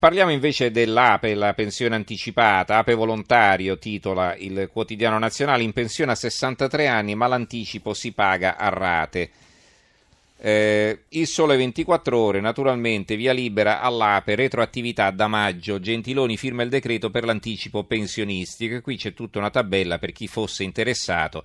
Parliamo invece dell'APE, la pensione anticipata. APE volontario, titola il Quotidiano Nazionale, in pensione a 63 anni ma l'anticipo si paga a rate. Il Sole 24 Ore, naturalmente, via libera all'APE, retroattività da maggio. Gentiloni firma il decreto per l'anticipo pensionistico e qui c'è tutta una tabella per chi fosse interessato.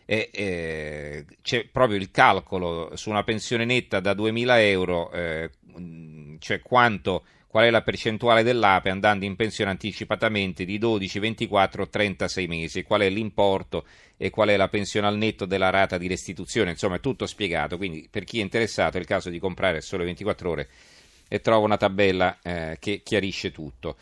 C'è proprio il calcolo su una pensione netta da 2.000 euro, cioè qual è la percentuale dell'APE andando in pensione anticipatamente di 12, 24 o 36 mesi, qual è l'importo e qual è la pensione al netto della rata di restituzione, insomma è tutto spiegato, quindi per chi è interessato è il caso di comprare il Sole 24 Ore e trova una tabella che chiarisce tutto.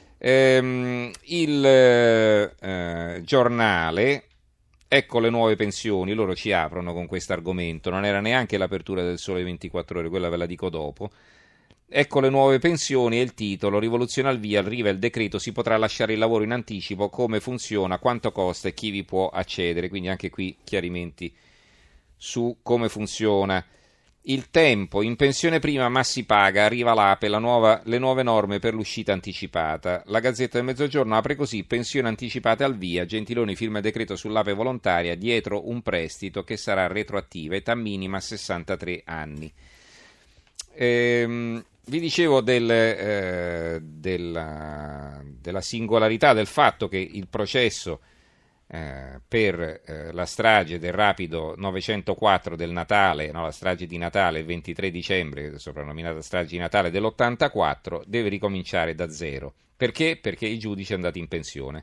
Giornale, ecco le nuove pensioni, loro ci aprono con questo argomento, non era neanche l'apertura del Sole 24 Ore, quella ve la dico dopo. Ecco le nuove pensioni e il titolo, rivoluzione al via, arriva il decreto, si potrà lasciare il lavoro in anticipo, come funziona, quanto costa e chi vi può accedere, quindi anche qui chiarimenti su come funziona. Il Tempo, in pensione prima ma si paga, arriva l'APE, le nuove norme per l'uscita anticipata. La Gazzetta del Mezzogiorno apre così, pensione anticipate al via, Gentiloni firma il decreto sull'APE volontaria, dietro un prestito che sarà retroattiva, età minima a 63 anni. Vi dicevo della singolarità del fatto che il processo per la strage del Rapido 904 del Natale, no, la strage di Natale il 23 dicembre, soprannominata strage di Natale dell'84, deve ricominciare da zero. Perché? Perché i giudici sono andati in pensione.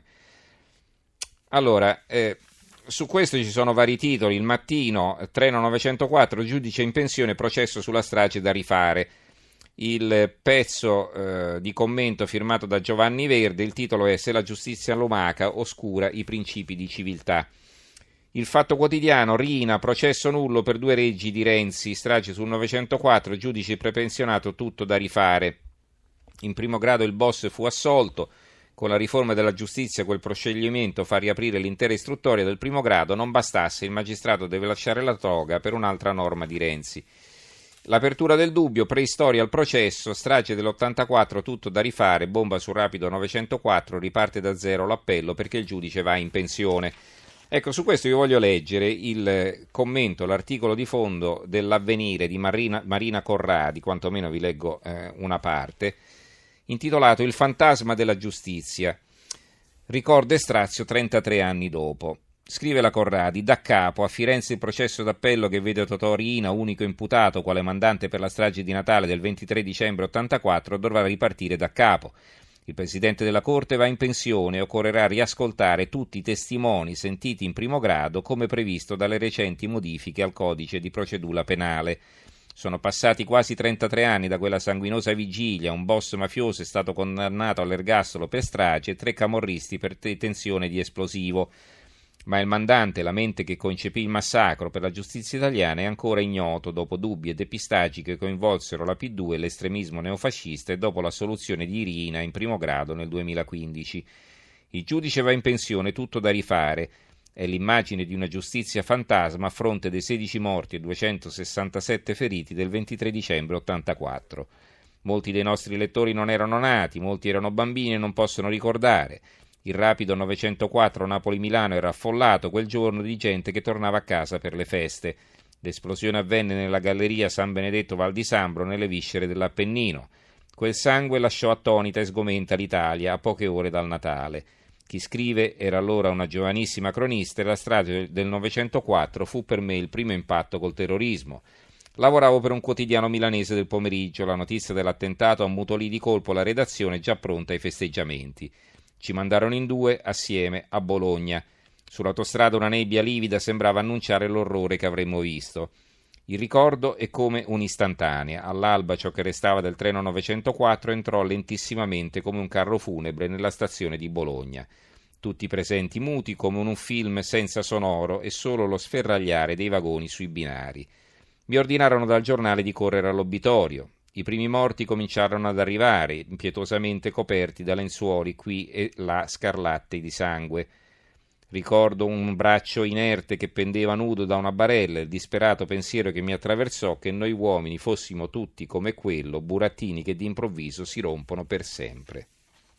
Allora, su questo ci sono vari titoli. Il Mattino, treno 904, giudice in pensione, processo sulla strage da rifare. Il pezzo di commento firmato da Giovanni Verde, il titolo è Se la giustizia lumaca oscura i principi di civiltà. Il Fatto Quotidiano, Riina, processo nullo per 2 reggi di Renzi, strage sul 904, giudice prepensionato, tutto da rifare. In primo grado il boss fu assolto. Con la riforma della giustizia quel proscioglimento fa riaprire l'intera istruttoria del primo grado, non bastasse, il magistrato deve lasciare la toga per un'altra norma di Renzi. L'apertura del dubbio, preistoria al processo, strage dell'84, tutto da rifare, bomba sul Rapido 904, riparte da zero l'appello perché il giudice va in pensione. Ecco, su questo io voglio leggere il commento, l'articolo di fondo dell'Avvenire di Marina Corradi, quantomeno vi leggo una parte, intitolato Il fantasma della giustizia. Ricorda Estrazio 33 anni dopo. Scrive la Corradi, da capo, a Firenze il processo d'appello che vede Totò Riina, unico imputato quale mandante per la strage di Natale del 23 dicembre 84, dovrà ripartire da capo. Il Presidente della Corte va in pensione e occorrerà riascoltare tutti i testimoni sentiti in primo grado come previsto dalle recenti modifiche al codice di procedura penale. Sono passati quasi 33 anni da quella sanguinosa vigilia, un boss mafioso è stato condannato all'ergastolo per strage e 3 camorristi per detenzione di esplosivo. Ma il mandante, la mente che concepì il massacro per la giustizia italiana, è ancora ignoto dopo dubbi e depistaggi che coinvolsero la P2 e l'estremismo neofascista e dopo l'assoluzione di Riina in primo grado nel 2015. Il giudice va in pensione, tutto da rifare. È l'immagine di una giustizia fantasma a fronte dei 16 morti e 267 feriti del 23 dicembre 84. Molti dei nostri lettori non erano nati, molti erano bambini e non possono ricordare. Il Rapido 904 Napoli-Milano era affollato quel giorno di gente che tornava a casa per le feste. L'esplosione avvenne nella galleria San Benedetto Val di Sambro, nelle viscere dell'Appennino. Quel sangue lasciò attonita e sgomenta l'Italia a poche ore dal Natale. Chi scrive era allora una giovanissima cronista e la strage del 904 fu per me il primo impatto col terrorismo. Lavoravo per un quotidiano milanese del pomeriggio, la notizia dell'attentato ammutolì di colpo la redazione già pronta ai festeggiamenti. Ci mandarono in 2 assieme a Bologna. Sull'autostrada una nebbia livida sembrava annunciare l'orrore che avremmo visto. Il ricordo è come un'istantanea. All'alba ciò che restava del treno 904 entrò lentissimamente come un carro funebre nella stazione di Bologna. Tutti presenti muti come in un film senza sonoro e solo lo sferragliare dei vagoni sui binari. Mi ordinarono dal giornale di correre all'obitorio. I primi morti cominciarono ad arrivare, impietosamente coperti da lenzuoli qui e là scarlattei di sangue. Ricordo un braccio inerte che pendeva nudo da una barella, il disperato pensiero che mi attraversò che noi uomini fossimo tutti come quello, burattini che d'improvviso si rompono per sempre.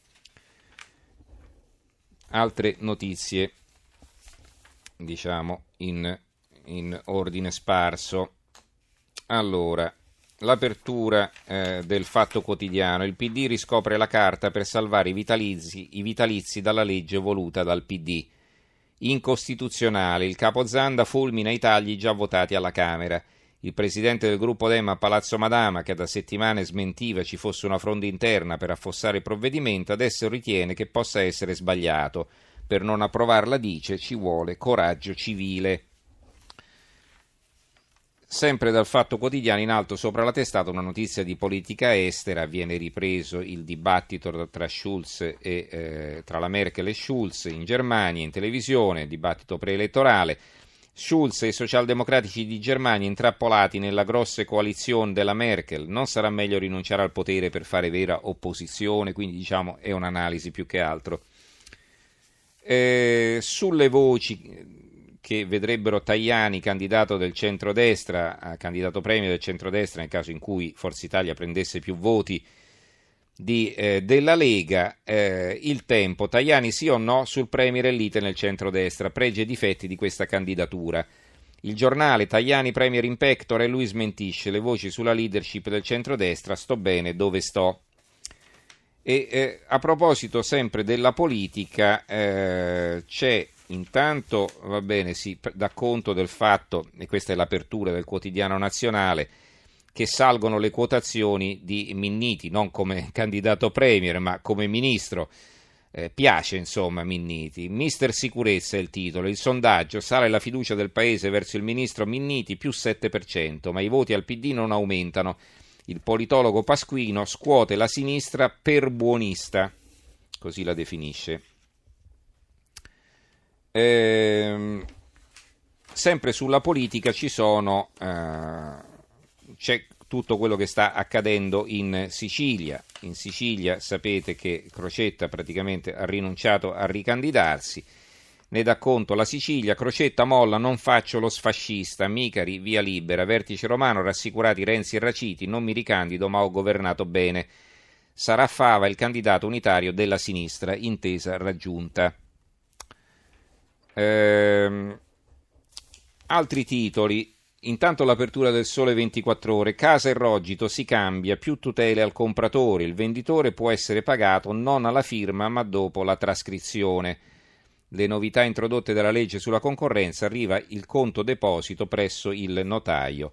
Altre notizie, diciamo, in ordine sparso. Allora, l'apertura del Fatto Quotidiano. Il PD riscopre la carta per salvare i vitalizi dalla legge voluta dal PD. Incostituzionale. Il capo Zanda fulmina i tagli già votati alla Camera. Il presidente del gruppo Dem a Palazzo Madama, che da settimane smentiva ci fosse una fronda interna per affossare il provvedimento, adesso ritiene che possa essere sbagliato. Per non approvarla, dice, ci vuole coraggio civile. Sempre dal Fatto Quotidiano, in alto sopra la testata, una notizia di politica estera. Viene ripreso il dibattito tra tra la Merkel e Schulz in Germania, in televisione, dibattito preelettorale. Schulz e i socialdemocratici di Germania intrappolati nella grossa coalizione della Merkel. Non sarà meglio rinunciare al potere per fare vera opposizione? Quindi diciamo è un'analisi più che altro. Sulle voci che vedrebbero Tajani candidato del centrodestra, candidato premio del centrodestra nel caso in cui Forza Italia prendesse più voti della Lega, il Tempo, Tajani sì o no sul premier elite nel centrodestra, pregi e difetti di questa candidatura. Il Giornale, Tajani premier in pectore, lui smentisce le voci sulla leadership del centrodestra, sto bene dove sto. E a proposito sempre della politica, c'è intanto, va bene, si dà conto del fatto, e questa è l'apertura del Quotidiano Nazionale, che salgono le quotazioni di Minniti, non come candidato premier, ma come ministro. Piace insomma Minniti. Mister Sicurezza è il titolo. Il sondaggio: sale la fiducia del paese verso il ministro Minniti, più 7%, ma i voti al PD non aumentano. Il politologo Pasquino scuote la sinistra per buonista, così la definisce. Sempre sulla politica c'è tutto quello che sta accadendo in Sicilia. In Sicilia sapete che Crocetta praticamente ha rinunciato a ricandidarsi. Ne dà conto la Sicilia. Crocetta molla, non faccio lo sfascista. Micari, via libera. Vertice romano, rassicurati Renzi e Raciti, non mi ricandido ma ho governato bene. Sarà Fava il candidato unitario della sinistra, intesa raggiunta. Altri titoli. Intanto l'apertura del Sole 24 Ore. Casa e Rogito si cambia, più tutele al compratore. Il venditore può essere pagato non alla firma ma dopo la trascrizione. Le novità introdotte dalla legge sulla concorrenza: arriva il conto deposito presso il notaio.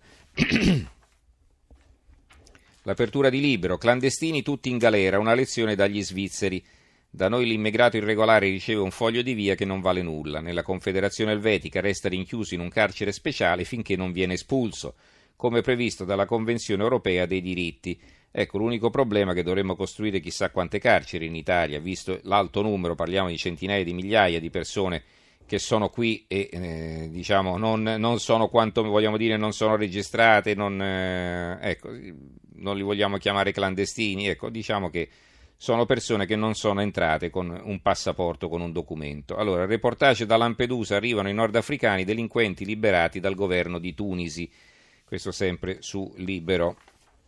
L'apertura di Libero. Clandestini tutti in galera, una lezione dagli svizzeri. Da noi l'immigrato irregolare riceve un foglio di via che non vale nulla. Nella Confederazione Elvetica resta rinchiuso in un carcere speciale finché non viene espulso, come previsto dalla Convenzione Europea dei diritti. Ecco, l'unico problema è che dovremmo costruire chissà quante carceri in Italia, visto l'alto numero, parliamo di centinaia di migliaia di persone che sono qui e diciamo non sono quanto vogliamo dire, non sono registrate, ecco, non li vogliamo chiamare clandestini, ecco, diciamo che sono persone che non sono entrate con un passaporto, con un documento. Allora, reportage da Lampedusa: arrivano i nordafricani, delinquenti liberati dal governo di Tunisi. Questo sempre su Libero.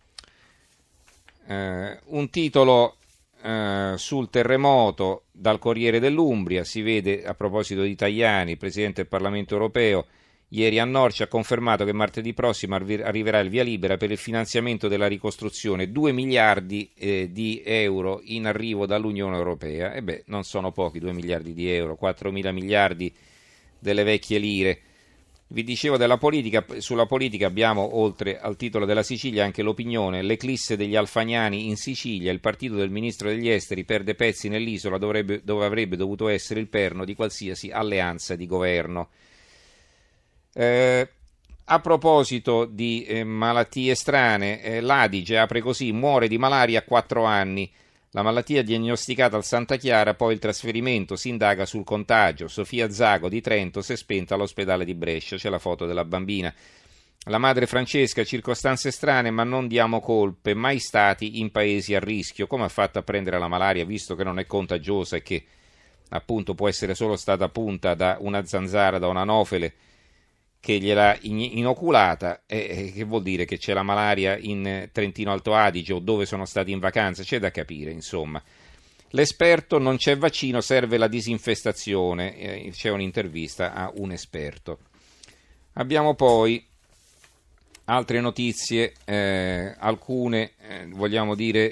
Un titolo sul terremoto dal Corriere dell'Umbria. Si vede, a proposito di Tajani, il Presidente del Parlamento Europeo ieri a Norcia ha confermato che martedì prossimo arriverà il via libera per il finanziamento della ricostruzione, 2 miliardi di euro in arrivo dall'Unione Europea. E beh, non sono pochi 2 miliardi di euro, 4.000 miliardi delle vecchie lire. Vi dicevo della politica. Sulla politica abbiamo, oltre al titolo della Sicilia, anche l'opinione: l'eclisse degli Alfagnani in Sicilia, il partito del ministro degli esteri perde pezzi nell'isola dove avrebbe dovuto essere il perno di qualsiasi alleanza di governo. A proposito di malattie strane, l'Adige apre così: muore di malaria a 4 anni. La malattia diagnosticata al Santa Chiara, poi il trasferimento, si indaga sul contagio. Sofia Zago di Trento si è spenta all'ospedale di Brescia, c'è la foto della bambina. La madre Francesca: circostanze strane ma non diamo colpe, mai stati in paesi a rischio. Come ha fatto a prendere la malaria visto che non è contagiosa e che appunto può essere solo stata punta da una zanzara, da un'anofele che gliel'ha inoculata, che vuol dire che c'è la malaria in Trentino Alto Adige o dove sono stati in vacanza, c'è da capire, insomma. L'esperto: non c'è vaccino, serve la disinfestazione, c'è un'intervista a un esperto. Abbiamo poi altre notizie, alcune vogliamo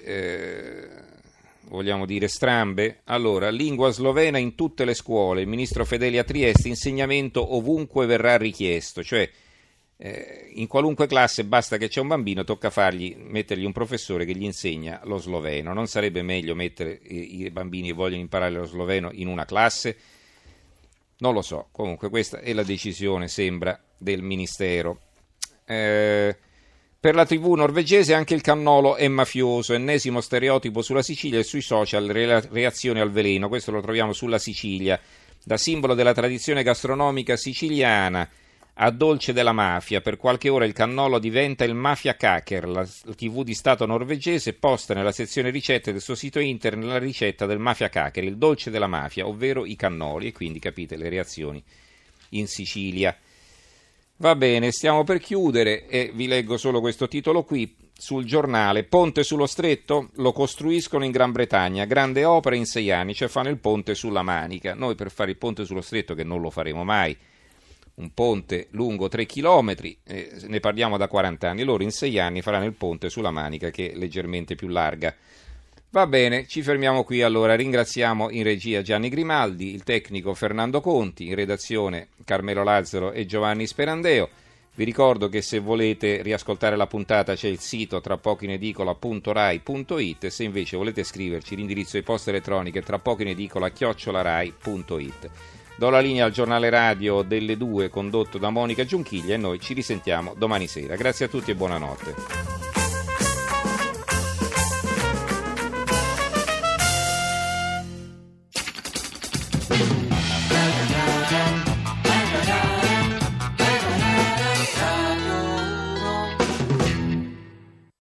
dire strambe. Allora, lingua slovena in tutte le scuole, il ministro Fedeli a Trieste: insegnamento ovunque verrà richiesto, cioè in qualunque classe basta che c'è un bambino, tocca mettergli un professore che gli insegna lo sloveno. Non sarebbe meglio mettere i bambini che vogliono imparare lo sloveno in una classe? Non lo so, comunque questa è la decisione, sembra, del ministero. Per la TV norvegese anche il cannolo è mafioso, ennesimo stereotipo sulla Sicilia e sui social, reazione al veleno. Questo lo troviamo sulla Sicilia, da simbolo della tradizione gastronomica siciliana a dolce della mafia. Per qualche ora il cannolo diventa il Mafia Kaker. La TV di Stato norvegese posta nella sezione ricette del suo sito internet la ricetta del Mafia Kaker, il dolce della mafia, ovvero i cannoli, e quindi capite le reazioni in Sicilia. Va bene, stiamo per chiudere e vi leggo solo questo titolo qui sul giornale: ponte sullo stretto? Lo costruiscono in Gran Bretagna, grande opera in 6 anni, cioè fanno il ponte sulla Manica. Noi per fare il ponte sullo stretto, che non lo faremo mai, un ponte lungo 3 chilometri, ne parliamo da 40 anni, loro in 6 anni faranno il ponte sulla Manica, che è leggermente più larga. Va bene, ci fermiamo qui allora. Ringraziamo in regia Gianni Grimaldi, il tecnico Fernando Conti, in redazione Carmelo Lazzaro e Giovanni Sperandeo. Vi ricordo che se volete riascoltare la puntata c'è il sito trapocoinedicola.rai.it, se invece volete scriverci l'indirizzo di posta elettronica trapocoinedicola@rai.it. Do la linea al giornale radio delle 2 condotto da Monica Giunchiglia e noi ci risentiamo domani sera. Grazie a tutti e buonanotte.